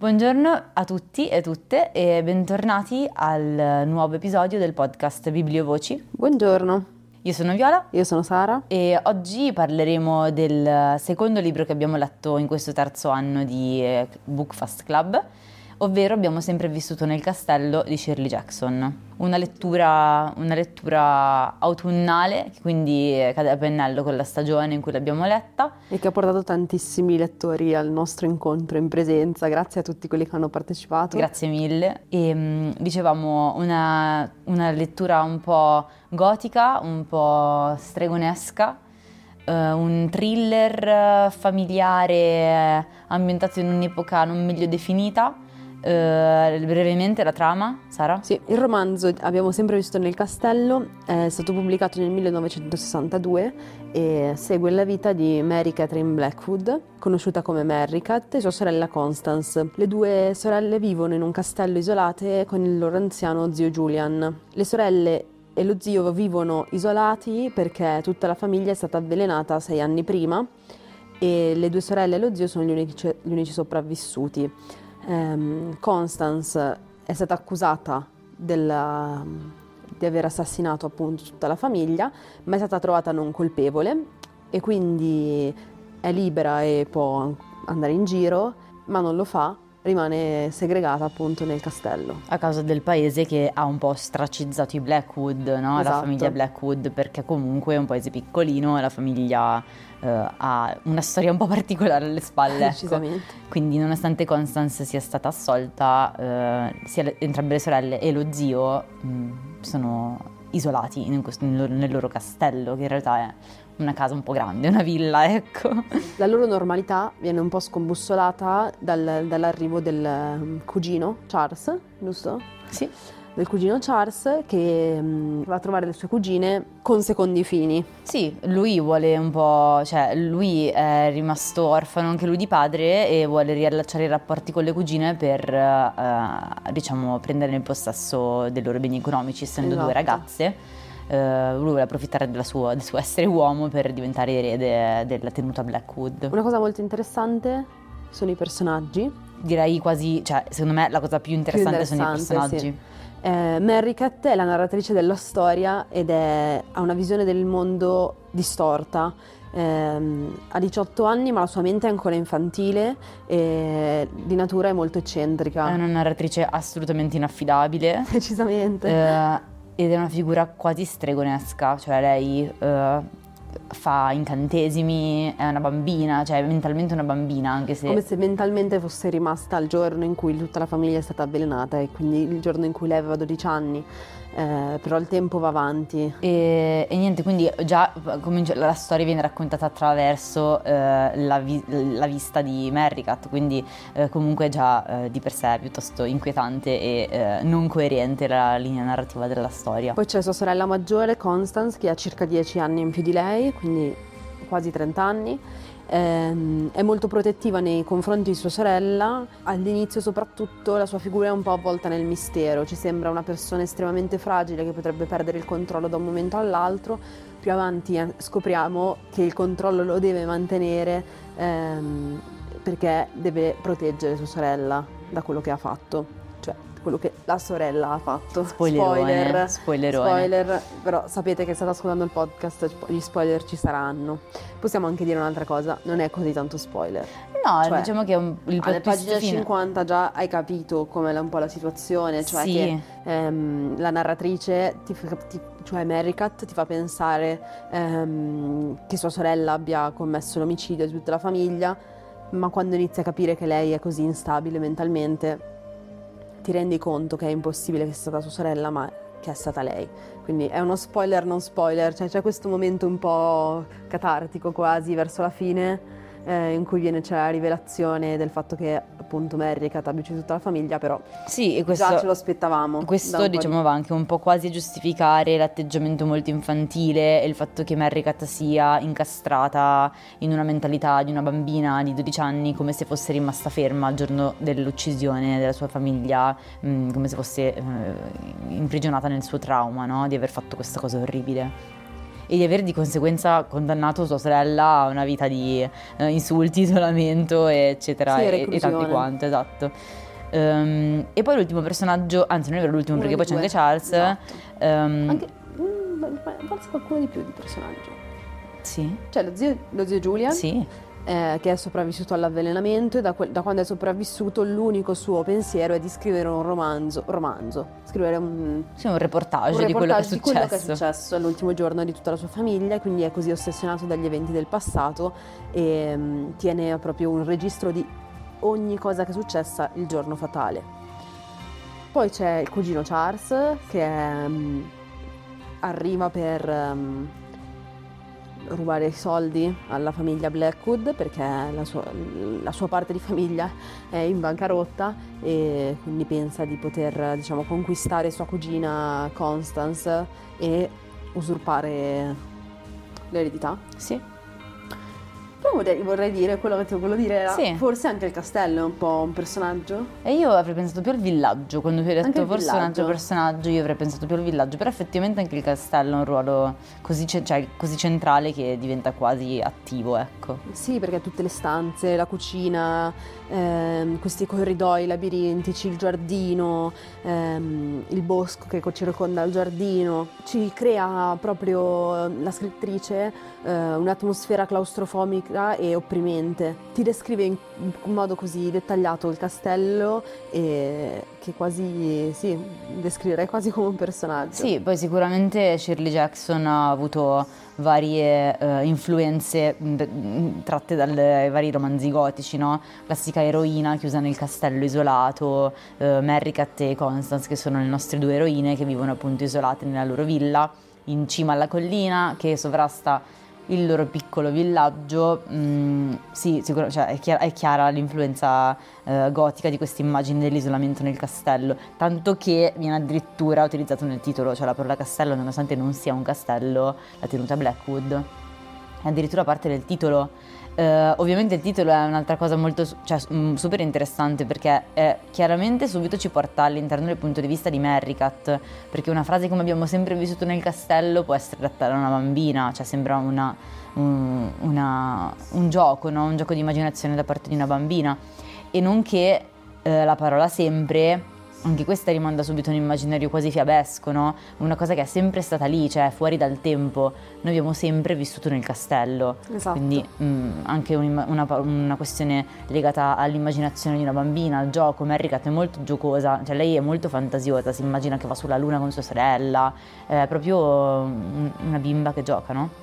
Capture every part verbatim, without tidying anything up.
Buongiorno a tutti e tutte e bentornati al nuovo episodio del podcast Bibliovoci. Buongiorno. Io sono Viola. Io sono Sara. E oggi parleremo del secondo libro che abbiamo letto in questo terzo anno di Bookfast Club, ovvero Abbiamo sempre vissuto nel castello di Shirley Jackson. Una lettura, una lettura autunnale, che quindi cade a pennello con la stagione in cui l'abbiamo letta. E che ha portato tantissimi lettori al nostro incontro in presenza, grazie a tutti quelli che hanno partecipato. Grazie mille. E mh, dicevamo una, una lettura un po' gotica, un po' stregonesca, uh, un thriller familiare ambientato in un'epoca non meglio definita. Uh, brevemente la trama, Sara? Sì, il romanzo Abbiamo sempre vissuto nel castello è stato pubblicato nel millenovecentosessantadue e segue la vita di Mary Catherine Blackwood, conosciuta come Mary Cat, e sua sorella Constance. Le due sorelle vivono in un castello isolate con il loro anziano zio Julian. Le sorelle e lo zio vivono isolati perché tutta la famiglia è stata avvelenata sei anni prima e le due sorelle e lo zio sono gli unici, gli unici sopravvissuti. Um, Constance è stata accusata della, di aver assassinato appunto tutta la famiglia, ma è stata trovata non colpevole e quindi è libera e può andare in giro, ma non lo fa, rimane segregata appunto nel castello. A causa del paese che ha un po' ostracizzato i Blackwood, no? Esatto. La famiglia Blackwood, perché comunque è un paese piccolino e la famiglia uh, ha una storia un po' particolare alle spalle. Decisamente. Ecco. Quindi nonostante Constance sia stata assolta, uh, sia le, entrambe le sorelle e lo zio mh, sono isolati in questo, nel, loro, nel loro castello, che in realtà è una casa un po' grande, una villa, ecco. La loro normalità viene un po' scombussolata dal, dall'arrivo del cugino Charles, giusto? Sì. Del cugino Charles che mh, va a trovare le sue cugine con secondi fini. Sì, lui vuole un po', cioè lui è rimasto orfano anche lui di padre e vuole riallacciare i rapporti con le cugine per, uh, diciamo, prendere il possesso dei loro beni economici, essendo Esatto. due ragazze. Uh, lui vuole approfittare della sua, del suo essere uomo per diventare erede della tenuta Blackwood. Una cosa molto interessante sono i personaggi. Direi quasi, cioè secondo me la cosa più interessante, più sono i personaggi. Sì. Eh, Mary Cat è la narratrice della storia ed è, ha una visione del mondo distorta. Eh, ha diciotto anni ma la sua mente è ancora infantile e di natura è molto eccentrica. È una narratrice assolutamente inaffidabile. Decisamente. Eh, ed è una figura quasi stregonesca, cioè lei eh, fa incantesimi, è una bambina, cioè è mentalmente una bambina, anche se... Come se mentalmente fosse rimasta al giorno in cui tutta la famiglia è stata avvelenata e quindi il giorno in cui lei aveva dodici anni. Eh, però il tempo va avanti e, e niente, quindi già comincia, la storia viene raccontata attraverso eh, la, vi, la vista di Mary Cat, quindi eh, comunque già eh, di per sé è piuttosto inquietante e eh, non coerente la linea narrativa della storia. Poi c'è sua sorella maggiore Constance che ha circa dieci anni in più di lei, quindi quasi trenta anni. Ehm, è molto protettiva nei confronti di sua sorella. All'inizio soprattutto la sua figura è un po' avvolta nel mistero, ci sembra una persona estremamente fragile che potrebbe perdere il controllo da un momento all'altro. Più avanti scopriamo che il controllo lo deve mantenere ehm, perché deve proteggere sua sorella da quello che ha fatto, cioè quello che la sorella ha fatto. Spoilerone, Spoiler, spoilerone. spoiler, però sapete che state ascoltando il podcast, gli spoiler ci saranno. Possiamo anche dire un'altra cosa, non è così tanto spoiler. No, cioè, diciamo che è un, il alle pagine fine... cinquanta già hai capito com'è un po' la situazione, cioè sì. che ehm, la narratrice, ti, ti, cioè Mary Cat, ti fa pensare ehm, che sua sorella abbia commesso l'omicidio di tutta la famiglia, ma quando inizi a capire che lei è così instabile mentalmente ti rendi conto che è impossibile che sia stata sua sorella, ma che è stata lei. Quindi è uno spoiler non spoiler, cioè c'è questo momento un po' catartico quasi verso la fine eh, in cui viene c'è la rivelazione del fatto che appunto Mary Cat abbia ucciso tutta la famiglia, però sì, e questo, già ce lo aspettavamo. Questo diciamo di... va anche un po' quasi a giustificare l'atteggiamento molto infantile e il fatto che Mary Cat sia incastrata in una mentalità di una bambina di dodici anni, come se fosse rimasta ferma al giorno dell'uccisione della sua famiglia, mh, come se fosse eh, imprigionata nel suo trauma, no? Di aver fatto questa cosa orribile. e di aver di conseguenza condannato sua sorella a una vita di eh, insulti, isolamento, eccetera, Sì, e, e tanti quanto, esatto. Um, e poi l'ultimo personaggio, anzi non è vero l'ultimo, Uno perché poi c'è due. anche Charles. Esatto. Um, Anche, mm, forse qualcuno di più di personaggio. Sì. C'è lo zio, lo zio Julian, Sì. eh, che è sopravvissuto all'avvelenamento, e da, que- da quando è sopravvissuto l'unico suo pensiero è di scrivere un romanzo, romanzo scrivere un, Sì, un reportage, un di quello che è reportage di quello che è successo. successo all'ultimo giorno di tutta la sua famiglia, e quindi è così ossessionato dagli eventi del passato e mm, tiene proprio un registro di ogni cosa che è successa il giorno fatale. Poi c'è il cugino Charles che mm, arriva per mm, rubare i soldi alla famiglia Blackwood, perché la sua, la sua parte di famiglia è in bancarotta, e quindi pensa di poter, diciamo, conquistare sua cugina Constance e usurpare l'eredità. Sì. Poi vorrei, vorrei dire quello che ti volevo dire era Sì. forse anche il castello è un po' un personaggio. E io avrei pensato più al villaggio, quando tu hai Anche detto il forse un altro villaggio. personaggio, io avrei pensato più al villaggio, però effettivamente anche il castello ha un ruolo così, ce- cioè, così centrale che diventa quasi attivo, ecco. Sì, perché tutte le stanze, la cucina, ehm, questi corridoi labirintici, il giardino, ehm, il bosco che circonda il giardino, ci crea proprio la scrittrice eh, un'atmosfera claustrofobica e opprimente. Ti descrive in, in modo così dettagliato il castello e che quasi, sì, descriverei quasi come un personaggio. Sì, poi sicuramente Shirley Jackson ha avuto varie eh, influenze mh, tratte dai vari romanzi gotici, no? Classica eroina chiusa nel castello isolato, eh, Merricat e Constance, che sono le nostre due eroine che vivono appunto isolate nella loro villa in cima alla collina che sovrasta il loro piccolo villaggio. Mm, sì, sicuro, cioè, è, chiara, è chiara l'influenza eh, gotica di questa immagine dell'isolamento nel castello, tanto che viene addirittura utilizzato nel titolo, cioè la parola castello, nonostante non sia un castello, la tenuta Blackwood, è addirittura parte del titolo. Uh, ovviamente il titolo è un'altra cosa molto, cioè, mm, super interessante, perché è, chiaramente subito ci porta all'interno del punto di vista di Merricat, perché una frase come abbiamo sempre vissuto nel castello può essere detta da una bambina, cioè sembra una, un, una, un gioco, no? Un gioco di immaginazione da parte di una bambina, e non che uh, la parola sempre, anche questa rimanda subito a un immaginario quasi fiabesco, no? Una cosa che è sempre stata lì, cioè fuori dal tempo. Noi abbiamo sempre vissuto nel castello, Esatto. quindi mh, anche un, una, una questione legata all'immaginazione di una bambina, al gioco. Merricat è molto giocosa, cioè lei è molto fantasiosa, si immagina che va sulla luna con sua sorella, è proprio una bimba che gioca, no?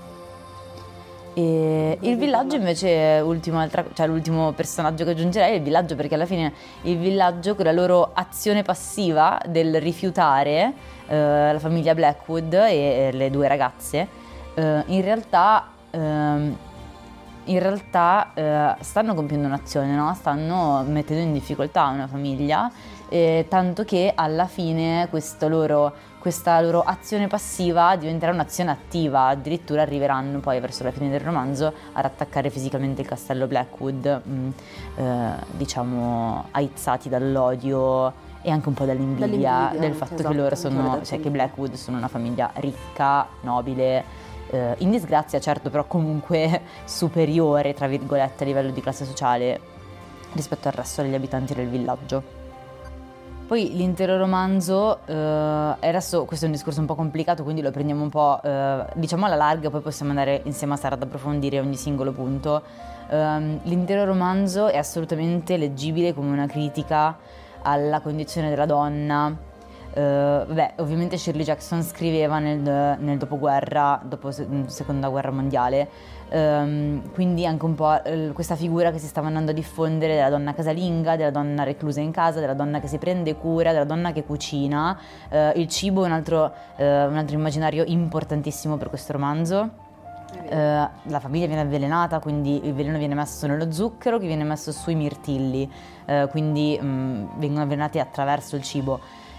E il villaggio invece è ultimo altra, cioè l'ultimo personaggio che aggiungerei è il villaggio, perché alla fine il villaggio, con la loro azione passiva del rifiutare eh, la famiglia Blackwood e, e le due ragazze, eh, in realtà ehm, in realtà eh, stanno compiendo un'azione, no? Stanno mettendo in difficoltà una famiglia, eh, tanto che alla fine questo loro, questa loro azione passiva diventerà un'azione attiva, addirittura arriveranno poi verso la fine del romanzo ad attaccare fisicamente il castello Blackwood, mh, eh, diciamo aizzati dall'odio e anche un po' dall'invidia, Dall'invidia, del fatto esatto, che loro anche sono, da- cioè che Blackwood sono una famiglia ricca, nobile, eh, in disgrazia certo, però comunque superiore tra virgolette a livello di classe sociale rispetto al resto degli abitanti del villaggio. Poi l'intero romanzo, eh, e adesso questo è un discorso un po' complicato, quindi lo prendiamo un po' eh, diciamo alla larga, poi possiamo andare insieme a Sara ad approfondire ogni singolo punto. Um, l'intero romanzo è assolutamente leggibile come una critica alla condizione della donna. Uh, vabbè, ovviamente Shirley Jackson scriveva nel, nel dopoguerra, dopo se, seconda guerra mondiale, um, quindi anche un po' uh, questa figura che si stava andando a diffondere della donna casalinga, della donna reclusa in casa, della donna che si prende cura, della donna che cucina. Uh, il cibo è un altro, uh, un altro immaginario importantissimo per questo romanzo. Uh, la famiglia viene avvelenata, quindi il veleno viene messo nello zucchero che viene messo sui mirtilli, uh, quindi um, vengono avvelenati attraverso il cibo.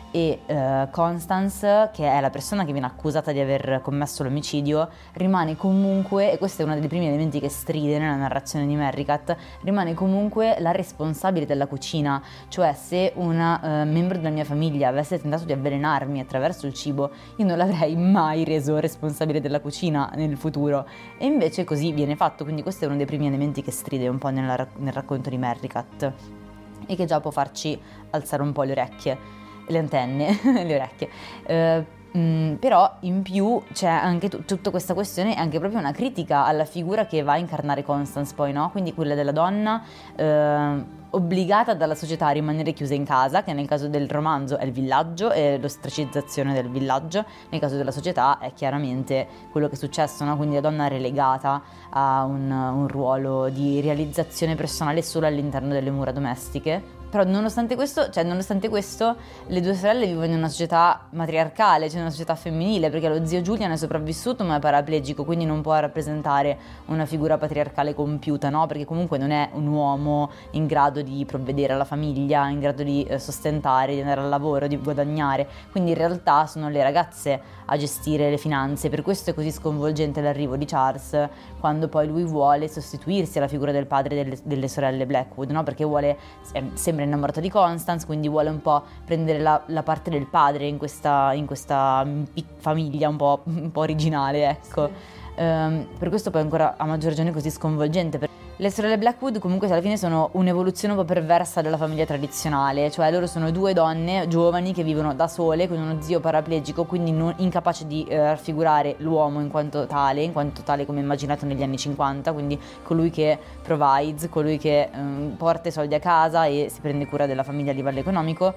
e uh, Constance, che è la persona che viene accusata di aver commesso l'omicidio, rimane comunque, e questo è uno dei primi elementi che stride nella narrazione di Mary Cat, rimane comunque la responsabile della cucina. Cioè, se un uh, membro della mia famiglia avesse tentato di avvelenarmi attraverso il cibo, io non l'avrei mai reso responsabile della cucina nel futuro, e invece così viene fatto. Quindi questo è uno dei primi elementi che stride un po' nella, nel racconto di Mary Cat e che già può farci alzare un po' le orecchie, le antenne, le orecchie. Uh, mh, però in più c'è anche t- tutta questa questione, è anche proprio una critica alla figura che va a incarnare Constance poi, no? Quindi quella della donna uh, obbligata dalla società a rimanere chiusa in casa, che nel caso del romanzo è il villaggio e l'ostracizzazione del villaggio, nel caso della società è chiaramente quello che è successo, no? Quindi la donna relegata a un, un ruolo di realizzazione personale solo all'interno delle mura domestiche. Però nonostante questo, cioè nonostante questo, le due sorelle vivono in una società matriarcale, cioè una società femminile, perché lo zio Julian è sopravvissuto ma è paraplegico, quindi non può rappresentare una figura patriarcale compiuta, no? Perché comunque non è un uomo in grado di provvedere alla famiglia, in grado di eh, sostentare, di andare al lavoro, di guadagnare. Quindi in realtà sono le ragazze a gestire le finanze. Per questo è così sconvolgente l'arrivo di Charles, quando poi lui vuole sostituirsi alla figura del padre delle, delle sorelle Blackwood, no? Perché vuole, eh, sembra innamorato di Constance, quindi vuole un po' prendere la, la parte del padre in questa, in questa famiglia un po', un po' originale, ecco. Sì. Um, per questo poi ancora a maggior ragione così sconvolgente. Le sorelle Blackwood comunque alla fine sono un'evoluzione un po' perversa della famiglia tradizionale, cioè loro sono due donne giovani che vivono da sole con uno zio paraplegico, quindi non, incapace di eh, raffigurare l'uomo in quanto tale, in quanto tale come immaginato negli anni cinquanta, quindi colui che provides, colui che um, porta i soldi a casa e si prende cura della famiglia a livello economico.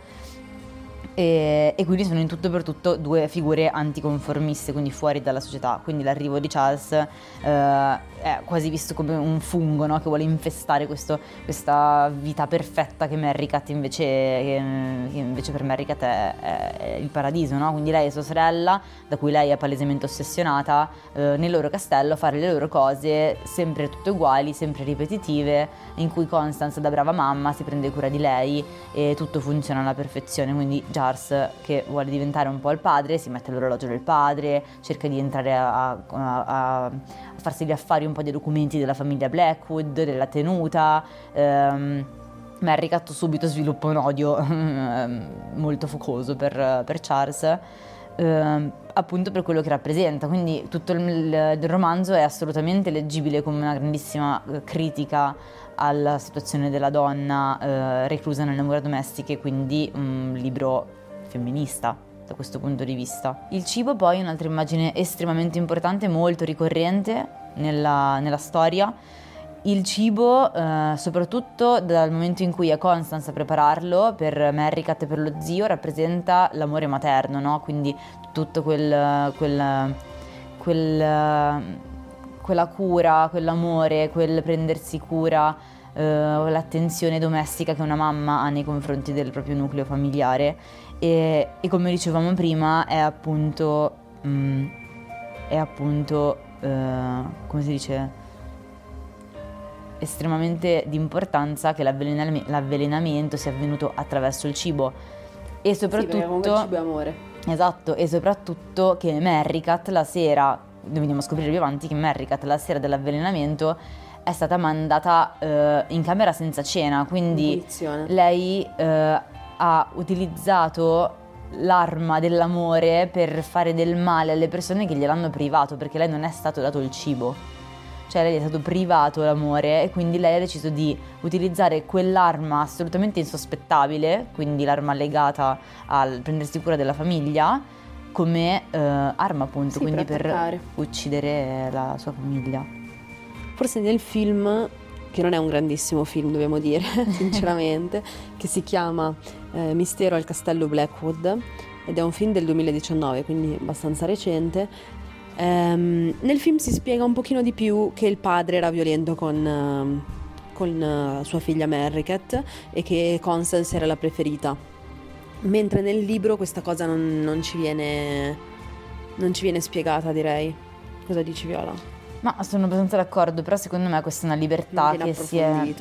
E, e quindi sono in tutto per tutto due figure anticonformiste, quindi fuori dalla società. Quindi l'arrivo di Charles eh, è quasi visto come un fungo, no? Che vuole infestare questo, questa vita perfetta che Mary Cat invece, che, che invece per Mary Cat è, è, è il paradiso, no? Quindi lei è sua sorella, da cui lei è palesemente ossessionata, eh, nel loro castello a fare le loro cose sempre tutte uguali, sempre ripetitive, in cui Constance da brava mamma si prende cura di lei e tutto funziona alla perfezione. Quindi Charles, che vuole diventare un po' il padre, si mette l'orologio del padre, cerca di entrare a, a, a, a farsi gli affari un po' dei documenti della famiglia Blackwood, della tenuta. ehm, Mary Cat subito sviluppa un odio molto focoso per, per Charles, ehm, appunto per quello che rappresenta. Quindi tutto il, il romanzo è assolutamente leggibile come una grandissima critica alla situazione della donna eh, reclusa nelle mura domestiche, quindi un libro femminista da questo punto di vista. Il cibo poi è un'altra immagine estremamente importante, molto ricorrente nella, nella storia. Il cibo, eh, soprattutto dal momento in cui è Constance a prepararlo per Mary Cat e per lo zio, rappresenta l'amore materno, no? Quindi tutto quel, quel, quel quella cura, quell'amore, quel prendersi cura, eh, l'attenzione domestica che una mamma ha nei confronti del proprio nucleo familiare. E, e come dicevamo prima è appunto, mh, è appunto, eh, come si dice, estremamente di importanza che l'avvelenam- l'avvelenamento sia avvenuto attraverso il cibo. E soprattutto... Sì, perché comunque il cibo è amore. Esatto, e soprattutto che Mary Cat la sera... Noi veniamo a scoprire più avanti che Mary Cat la sera dell'avvelenamento è stata mandata eh, in camera senza cena, quindi lei eh, ha utilizzato l'arma dell'amore per fare del male alle persone che gliel'hanno privato, perché lei non è stato dato il cibo, cioè lei è stato privato l'amore, e quindi lei ha deciso di utilizzare quell'arma assolutamente insospettabile, quindi l'arma legata al prendersi cura della famiglia, come eh, arma appunto, sì, quindi per, per uccidere la sua famiglia. Forse nel film, che non è un grandissimo film dobbiamo dire sinceramente, che si chiama eh, Mistero al castello Blackwood, ed è un film del duemiladiciannove, quindi abbastanza recente. ehm, nel film si spiega un pochino di più che il padre era violento con, uh, con uh, sua figlia Mary Cat e che Constance era la preferita. Mentre nel libro questa cosa non, non ci viene non ci viene spiegata, direi. Cosa dici, Viola? Ma sono abbastanza d'accordo, però secondo me questa è una libertà che si è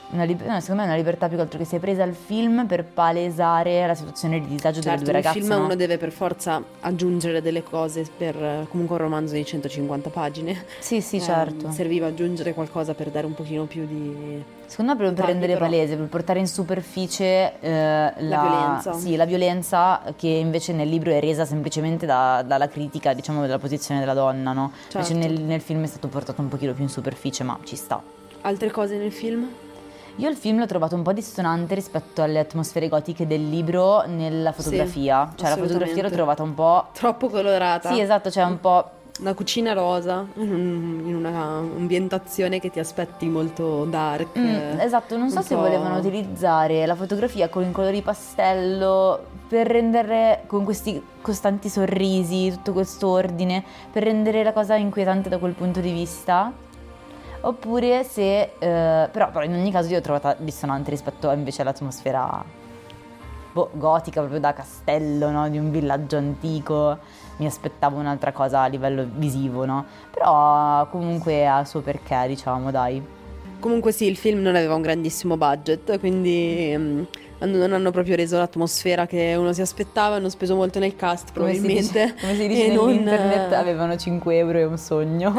una li- no, secondo me è una libertà più che altro che si è presa il film per palesare la situazione di disagio Certo, delle due ragazze. nel film no? uno deve per forza aggiungere delle cose per eh, comunque un romanzo di centocinquanta pagine. Sì, sì, Ehm, certo. serviva aggiungere qualcosa per dare un pochino più di... Secondo me per, per dettagli, rendere però. palese, per portare in superficie eh, la, violenza. Sì, la violenza che invece nel libro è resa semplicemente da- dalla critica, diciamo, della posizione della donna, no? Certo. Invece nel, nel film è stato portato un pochino più in superficie, ma ci sta. Altre cose nel film? Io il film l'ho trovato un po' dissonante rispetto alle atmosfere gotiche del libro nella fotografia. Cioè la fotografia l'ho assolutamente. trovata un po'... Troppo colorata. Sì, esatto, cioè un po'... Una cucina rosa, in, un- in una ambientazione che ti aspetti molto dark. Mm, esatto, non so un se po'- volevano utilizzare la fotografia con i colori pastello per rendere con questi costanti sorrisi, tutto questo ordine, per rendere la cosa inquietante da quel punto di vista. Oppure se... eh, però, però in ogni caso io l'ho trovata dissonante rispetto a, invece all'atmosfera boh, gotica, proprio da castello, no? Di un villaggio antico. Mi aspettavo un'altra cosa a livello visivo, no? Però comunque ha il suo perché, diciamo, dai. Comunque sì, il film non aveva un grandissimo budget, quindi mm, non hanno proprio reso l'atmosfera che uno si aspettava, hanno speso molto nel cast Come si probabilmente. dice, come si dice e non- nell'internet, avevano cinque euro e un sogno.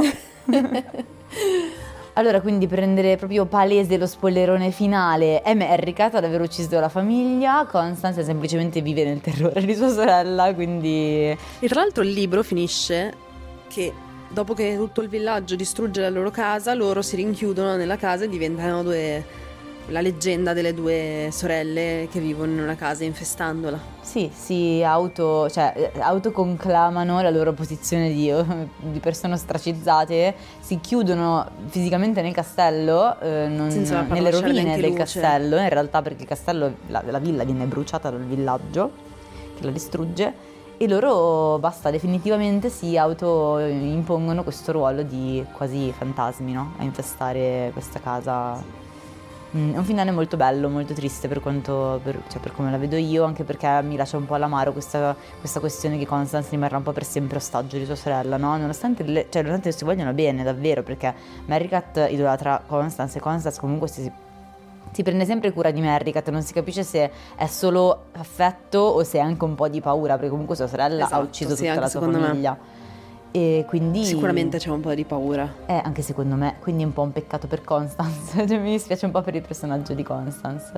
Allora, quindi per rendere proprio palese lo spoilerone finale, è Merricat ad aver ucciso la famiglia, Constance semplicemente vive nel terrore di sua sorella, quindi... E tra l'altro il libro finisce che dopo che tutto il villaggio distrugge la loro casa, loro si rinchiudono nella casa e diventano due... la leggenda delle due sorelle che vivono in una casa infestandola. Sì, si auto, cioè, eh, autoconclamano la loro posizione di, di persone ostracizzate, si chiudono fisicamente nel castello, eh, non- Senza far nelle lasciare rovine neanche del luce. castello, in realtà perché il castello, la, la villa viene bruciata dal villaggio che la distrugge e loro basta, definitivamente si auto-impongono questo ruolo di quasi fantasmi, no? A infestare questa casa. Mm, È un finale molto bello, molto triste per quanto, per, cioè per come la vedo io, anche perché mi lascia un po' all'amaro questa, questa questione che Constance rimarrà un po' per sempre ostaggio di sua sorella, no? Nonostante, le, cioè, nonostante si vogliono bene, davvero, perché Merricat idolatra Constance e Constance comunque si, si prende sempre cura di Merricat, non si capisce se è solo affetto o se è anche un po' di paura, perché comunque sua sorella Esatto, ha ucciso sì, tutta anche la sua secondo me. famiglia. E quindi Sicuramente c'è un po' di paura. eh, anche secondo me, quindi è un po' un peccato per Constance, cioè mi dispiace un po' per il personaggio di Constance.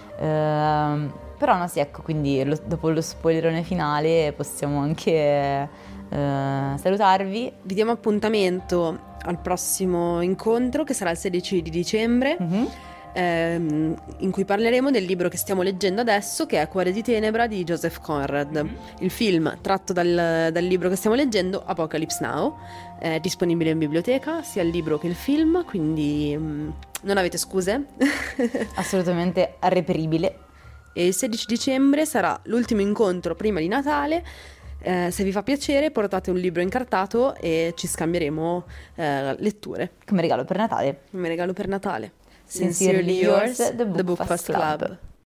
Ehm, però no, sì, ecco, quindi lo- dopo lo spoilerone finale possiamo anche eh, salutarvi. Vi diamo appuntamento al prossimo incontro che sarà il sedici di dicembre. Mhm. ehm, in cui parleremo del libro che stiamo leggendo adesso, che è Cuore di tenebra di Joseph Conrad. Il film tratto dal, dal libro che stiamo leggendo, Apocalypse Now, è disponibile in biblioteca, sia il libro che il film, quindi mm, non avete scuse. Assolutamente reperibile. E il sedici dicembre sarà l'ultimo incontro prima di Natale. Eh, se vi fa piacere, portate un libro incartato e ci scambieremo eh, letture Come regalo per Natale. come regalo per Natale. Sincerely yours, The Book Fast Club.